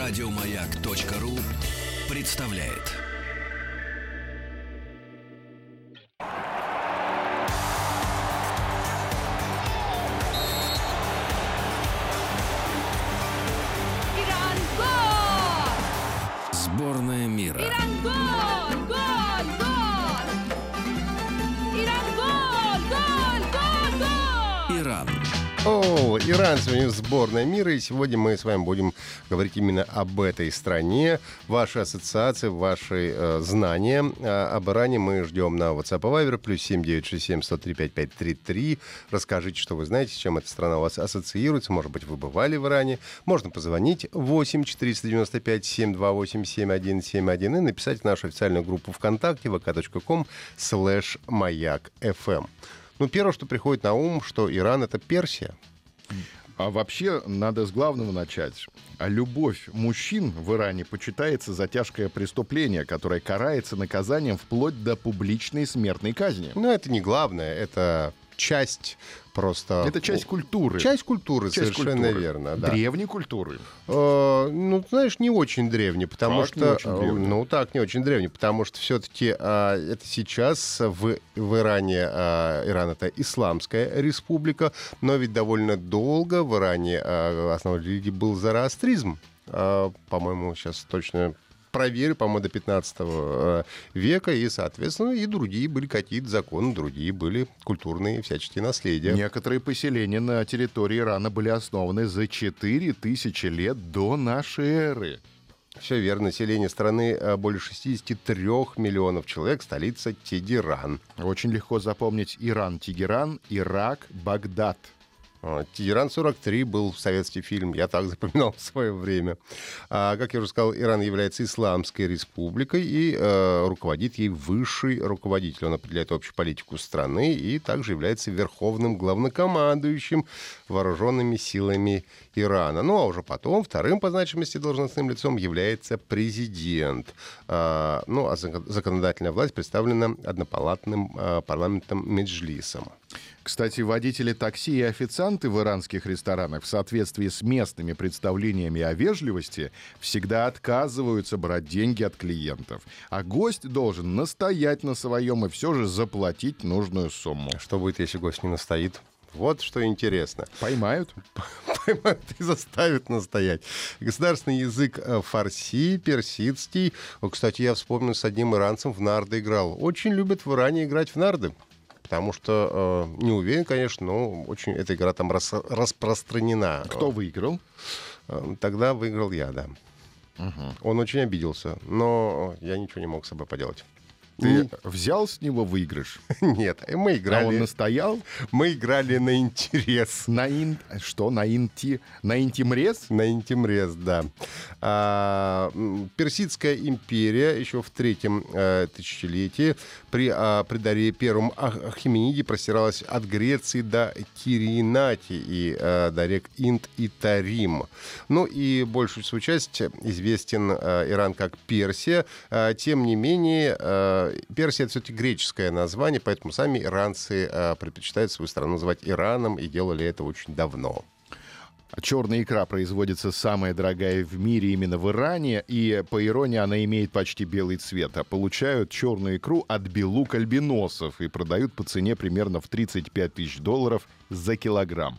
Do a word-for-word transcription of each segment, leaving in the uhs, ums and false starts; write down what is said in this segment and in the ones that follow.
Радиомаяк.ру представляет. Иран, гол! Сборная мира. Иран, гол! Гол! Гол! Иран, гол! Гол! Гол! Гол! Иран. О, Иран сегодня сборная мира, и сегодня мы с вами будем говорить именно об этой стране. Ваши ассоциации, ваши э, знания э, об Иране мы ждем на WhatsApp и Viber, плюс семь девятьсот шестьдесят семь сто три пятьдесят пять тридцать три. Расскажите, что вы знаете, с чем эта страна у вас ассоциируется. Может быть, вы бывали в Иране. Можно позвонить восемь четыреста девяносто пять семь два восемь семь один семь один и написать в нашу официальную группу ВКонтакте vk.com слэш маяк фм. Ну, первое, что приходит на ум, что Иран — это Персия. А вообще, надо с главного начать. А любовь мужчин в Иране почитается за тяжкое преступление, которое карается наказанием вплоть до публичной смертной казни. Но это не главное, это часть просто... Это часть культуры. Часть культуры, Часть совершенно культуры. верно. Да. Древней культуры. Э, ну, знаешь, не очень древний, потому Так, что... не очень древний. Ну, так, не очень древний, потому что все-таки э, это сейчас в, в Иране... Э, Иран — это исламская республика, но ведь довольно долго в Иране э, основной религией был зороастризм. Э, по-моему, сейчас точно... проверю, по-моему, до пятнадцатого века, и, соответственно, и другие были какие-то законы, другие были культурные всяческие наследия. Некоторые поселения на территории Ирана были основаны за четыре тысячи лет до нашей эры. Все верно. Население страны более шестьдесят три миллионов человек, столица Тегеран. Очень легко запомнить Иран, Тегеран, Ирак, Багдад. Тегеран сорок три был советский фильм, я так запоминал в свое время. А, как я уже сказал, Иран является исламской республикой, и э, руководит ей высший руководитель. Он определяет общую политику страны и также является верховным главнокомандующим вооруженными силами Ирана. Ну, а уже потом вторым по значимости должностным лицом является президент. А, ну, а законодательная власть представлена однопалатным а, парламентом Меджлисом. Кстати, водители такси и официанты в иранских ресторанах в соответствии с местными представлениями о вежливости всегда отказываются брать деньги от клиентов. А гость должен настоять на своем и все же заплатить нужную сумму. Что будет, если гость не настоит? Вот что интересно. Поймают? Поймают и заставят настоять. Государственный язык фарси, персидский. Кстати, я вспомнил, с одним иранцем в нарды играл. Очень любят в Иране играть в нарды. Потому что, э, не уверен, конечно, но очень эта игра там рас, распространена. Кто выиграл? Э, тогда выиграл я, да. Угу. Он очень обиделся, но я ничего не мог с собой поделать. Ты взял с него выигрыш? Нет, мы играли... А он настоял? Мы играли на интерес. На ин... Что? На инти... На интимрез? На интимрез, да. А, Персидская империя еще в третьем э, тысячелетии при, а, при Дарии Первом Ахемениде простиралась от Греции до Киринати и а, до рек Инд и Тарим. Ну и большую свою часть известен а, Иран как Персия. А, тем не менее... А, Персия — это все-таки греческое название, поэтому сами иранцы э, предпочитают свою страну называть Ираном и делали это очень давно. Черная икра производится самая дорогая в мире именно в Иране, и, по иронии, она имеет почти белый цвет. А получают черную икру от белук-альбиносов и продают по цене примерно в тридцать пять тысяч долларов за килограмм.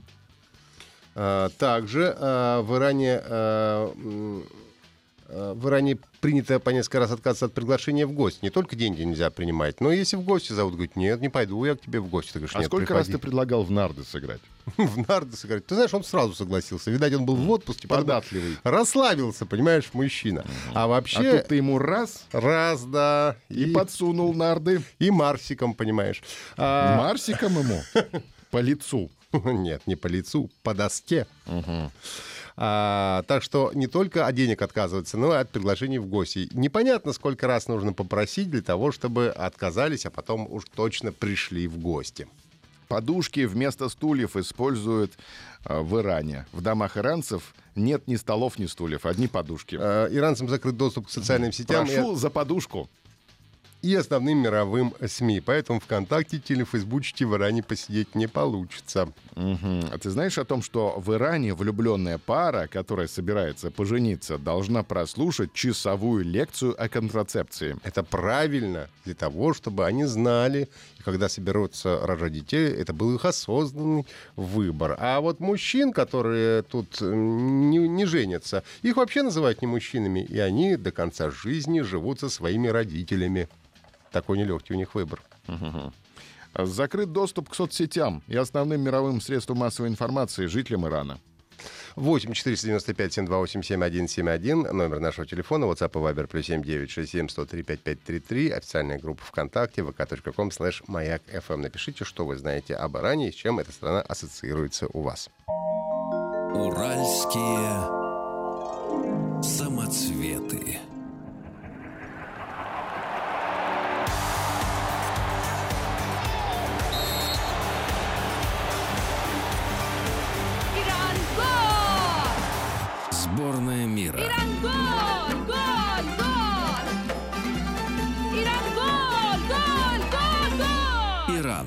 А, также а, в Иране... А, В Иране принято по несколько раз отказываться от приглашения в гости. Не только деньги нельзя принимать, но если в гости зовут, говорит, нет, не пойду я к тебе в гости. Ты говоришь, а нет, сколько приходи. раз ты предлагал в нарды сыграть? В нарды сыграть? Ты знаешь, он сразу согласился. Видать, он был в отпуске. Податливый. Расслабился, понимаешь, мужчина. А вообще... А тут ты ему раз... Раз, да. И, и подсунул нарды. И Марсиком, понимаешь. А... Марсиком ему? По лицу? Нет, не по лицу, по доске. Угу. А, так что не только от денег отказываться, но и от приглашений в гости. Непонятно, сколько раз нужно попросить для того, чтобы отказались, а потом уж точно пришли в гости. Подушки вместо стульев используют э, в Иране. В домах иранцев нет ни столов, ни стульев, одни подушки. А, иранцам закрыт доступ к социальным сетям. Прошу и... за подушку. и основным мировым СМИ. Поэтому ВКонтакте, телефейсбучите в Иране посидеть не получится. Угу. А ты знаешь о том, что в Иране влюбленная пара, которая собирается пожениться, должна прослушать часовую лекцию о контрацепции? Это правильно для того, чтобы они знали, и когда соберутся рожать детей, это был их осознанный выбор. А вот мужчин, которые тут не, не женятся, их вообще называют не мужчинами, и они до конца жизни живут со своими родителями. Такой нелегкий у них выбор. Угу. Закрыт доступ к соцсетям и основным мировым средствам массовой информации жителям Ирана. восемь четыреста девяносто пять семьсот двадцать восемь семь один семь один, номер нашего телефона, WhatsApp и Viber, плюс семь девять шесть семь сто три пять пять три три, официальная группа ВКонтакте, vk.com слэш маяк фм. Напишите, что вы знаете об Иране и с чем эта страна ассоциируется у вас. Уральские самоцветы. Сборная мира. Иран, гол! Гол! Гол! Иран, гол! Гол! Гол! Гол! Иран.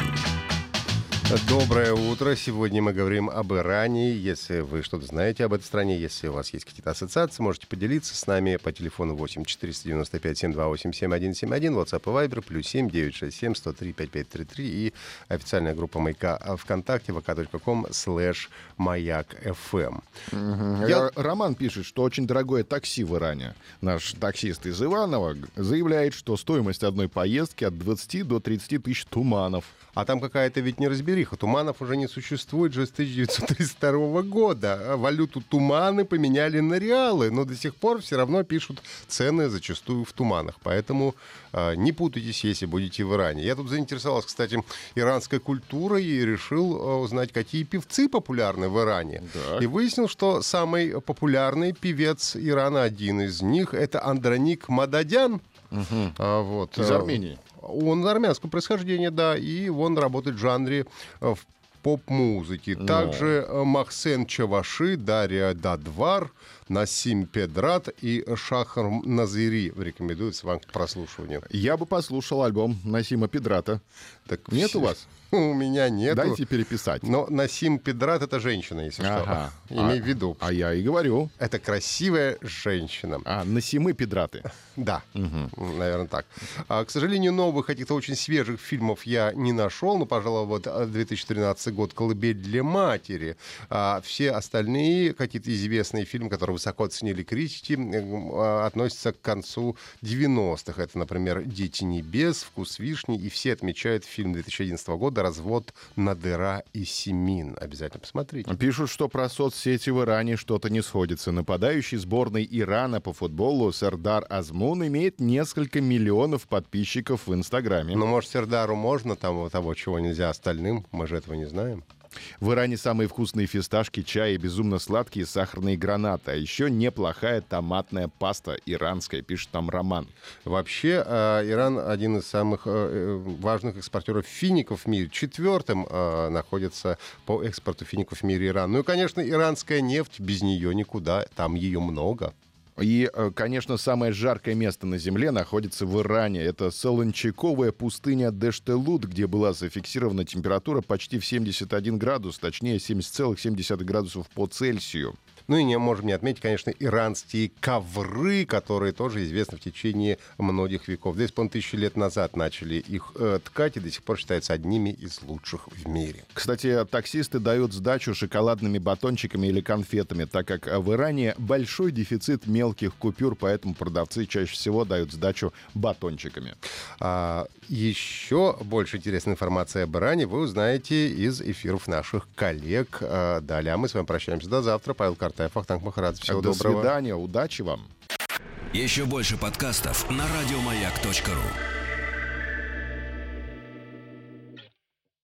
Доброе утро. Сегодня мы говорим об Иране. Если вы что-то знаете об этой стране, если у вас есть какие-то ассоциации, можете поделиться с нами по телефону восемь четыреста девяносто пять семьсот двадцать восемь семь один семь один, WhatsApp и Viber, плюс семь девять шесть семь сто три пять пять три три и официальная группа Маяка ВКонтакте, vk.com слэш маяк фм. Угу. Я... Роман пишет, что очень дорогое такси в Иране. Наш таксист из Иваново заявляет, что стоимость одной поездки от двадцати до тридцати тысяч туманов. А там какая-то ведь неразбериха. Туманов уже не существует же с тысяча девятьсот тридцать второго года. Валюту туманы поменяли на реалы, но до сих пор все равно пишут цены зачастую в туманах. Поэтому э, не путайтесь, если будете в Иране. Я тут заинтересовался, кстати, иранской культурой и решил э, узнать, какие певцы популярны в Иране. Да. И выяснил, что самый популярный певец Ирана, один из них, это Андроник Мададян. Угу. А, вот, из Армении. Он армянского происхождения, да, и он работает в жанре в поп-музыки. Но. Также Махсен Чаваши, Дарья Дадвар, Насим Педрат и Шахар Назири рекомендуются вам к прослушиванию. Я бы послушал альбом Насима Педрата. Так нет все... у вас? У меня нет. Дайте переписать. Но Насим Педрат — это женщина, если ага. что. Имей а, в виду. А я и говорю. Это красивая женщина. А, Насимы Педраты. Да, угу. Наверное, так. А, к сожалению, новых каких-то очень свежих фильмов я не нашел. Ну, пожалуй, вот две тысячи тринадцатый год «Колыбель для матери». А все остальные какие-то известные фильмы, которые высоко оценили критики, относятся к концу девяностых. Это, например, «Дети небес», «Вкус вишни». И все отмечают фильм две тысячи одиннадцатого года «Развод Надера и Симин». Обязательно посмотрите. Пишут, что про соцсети в Иране что-то не сходится. Нападающий сборной Ирана по футболу Сердар Азмун имеет несколько миллионов подписчиков в Инстаграме. Ну, может, Сердару можно того, того, чего нельзя остальным? Мы же этого не знаем. В Иране самые вкусные фисташки, чай и безумно сладкие сахарные гранаты. А еще неплохая томатная паста иранская, пишет там Роман. Вообще, э, Иран один из самых э, важных экспортеров фиников в мире. Четвертым э, находится по экспорту фиников в мире Иран. Ну и, конечно, иранская нефть. Без нее никуда. Там ее много. И, конечно, самое жаркое место на Земле находится в Иране. Это солончаковая пустыня Дештелут, где была зафиксирована температура почти в семьдесят один градус, точнее семьдесят целых семь десятых градусов по Цельсию. Ну и не можем не отметить, конечно, иранские ковры, которые тоже известны в течение многих веков. Здесь, по-моему, тысячу лет назад начали их э, ткать и до сих пор считаются одними из лучших в мире. Кстати, таксисты дают сдачу шоколадными батончиками или конфетами, так как в Иране большой дефицит мелких купюр, поэтому продавцы чаще всего дают сдачу батончиками. А, еще больше интересной информации об Иране вы узнаете из эфиров наших коллег. А, далее а мы с вами прощаемся до завтра. Павел Картаев, Ахтанг Махарадзе. Всего До доброго. До свидания, удачи вам. Еще больше подкастов на радиомаяк точка ру.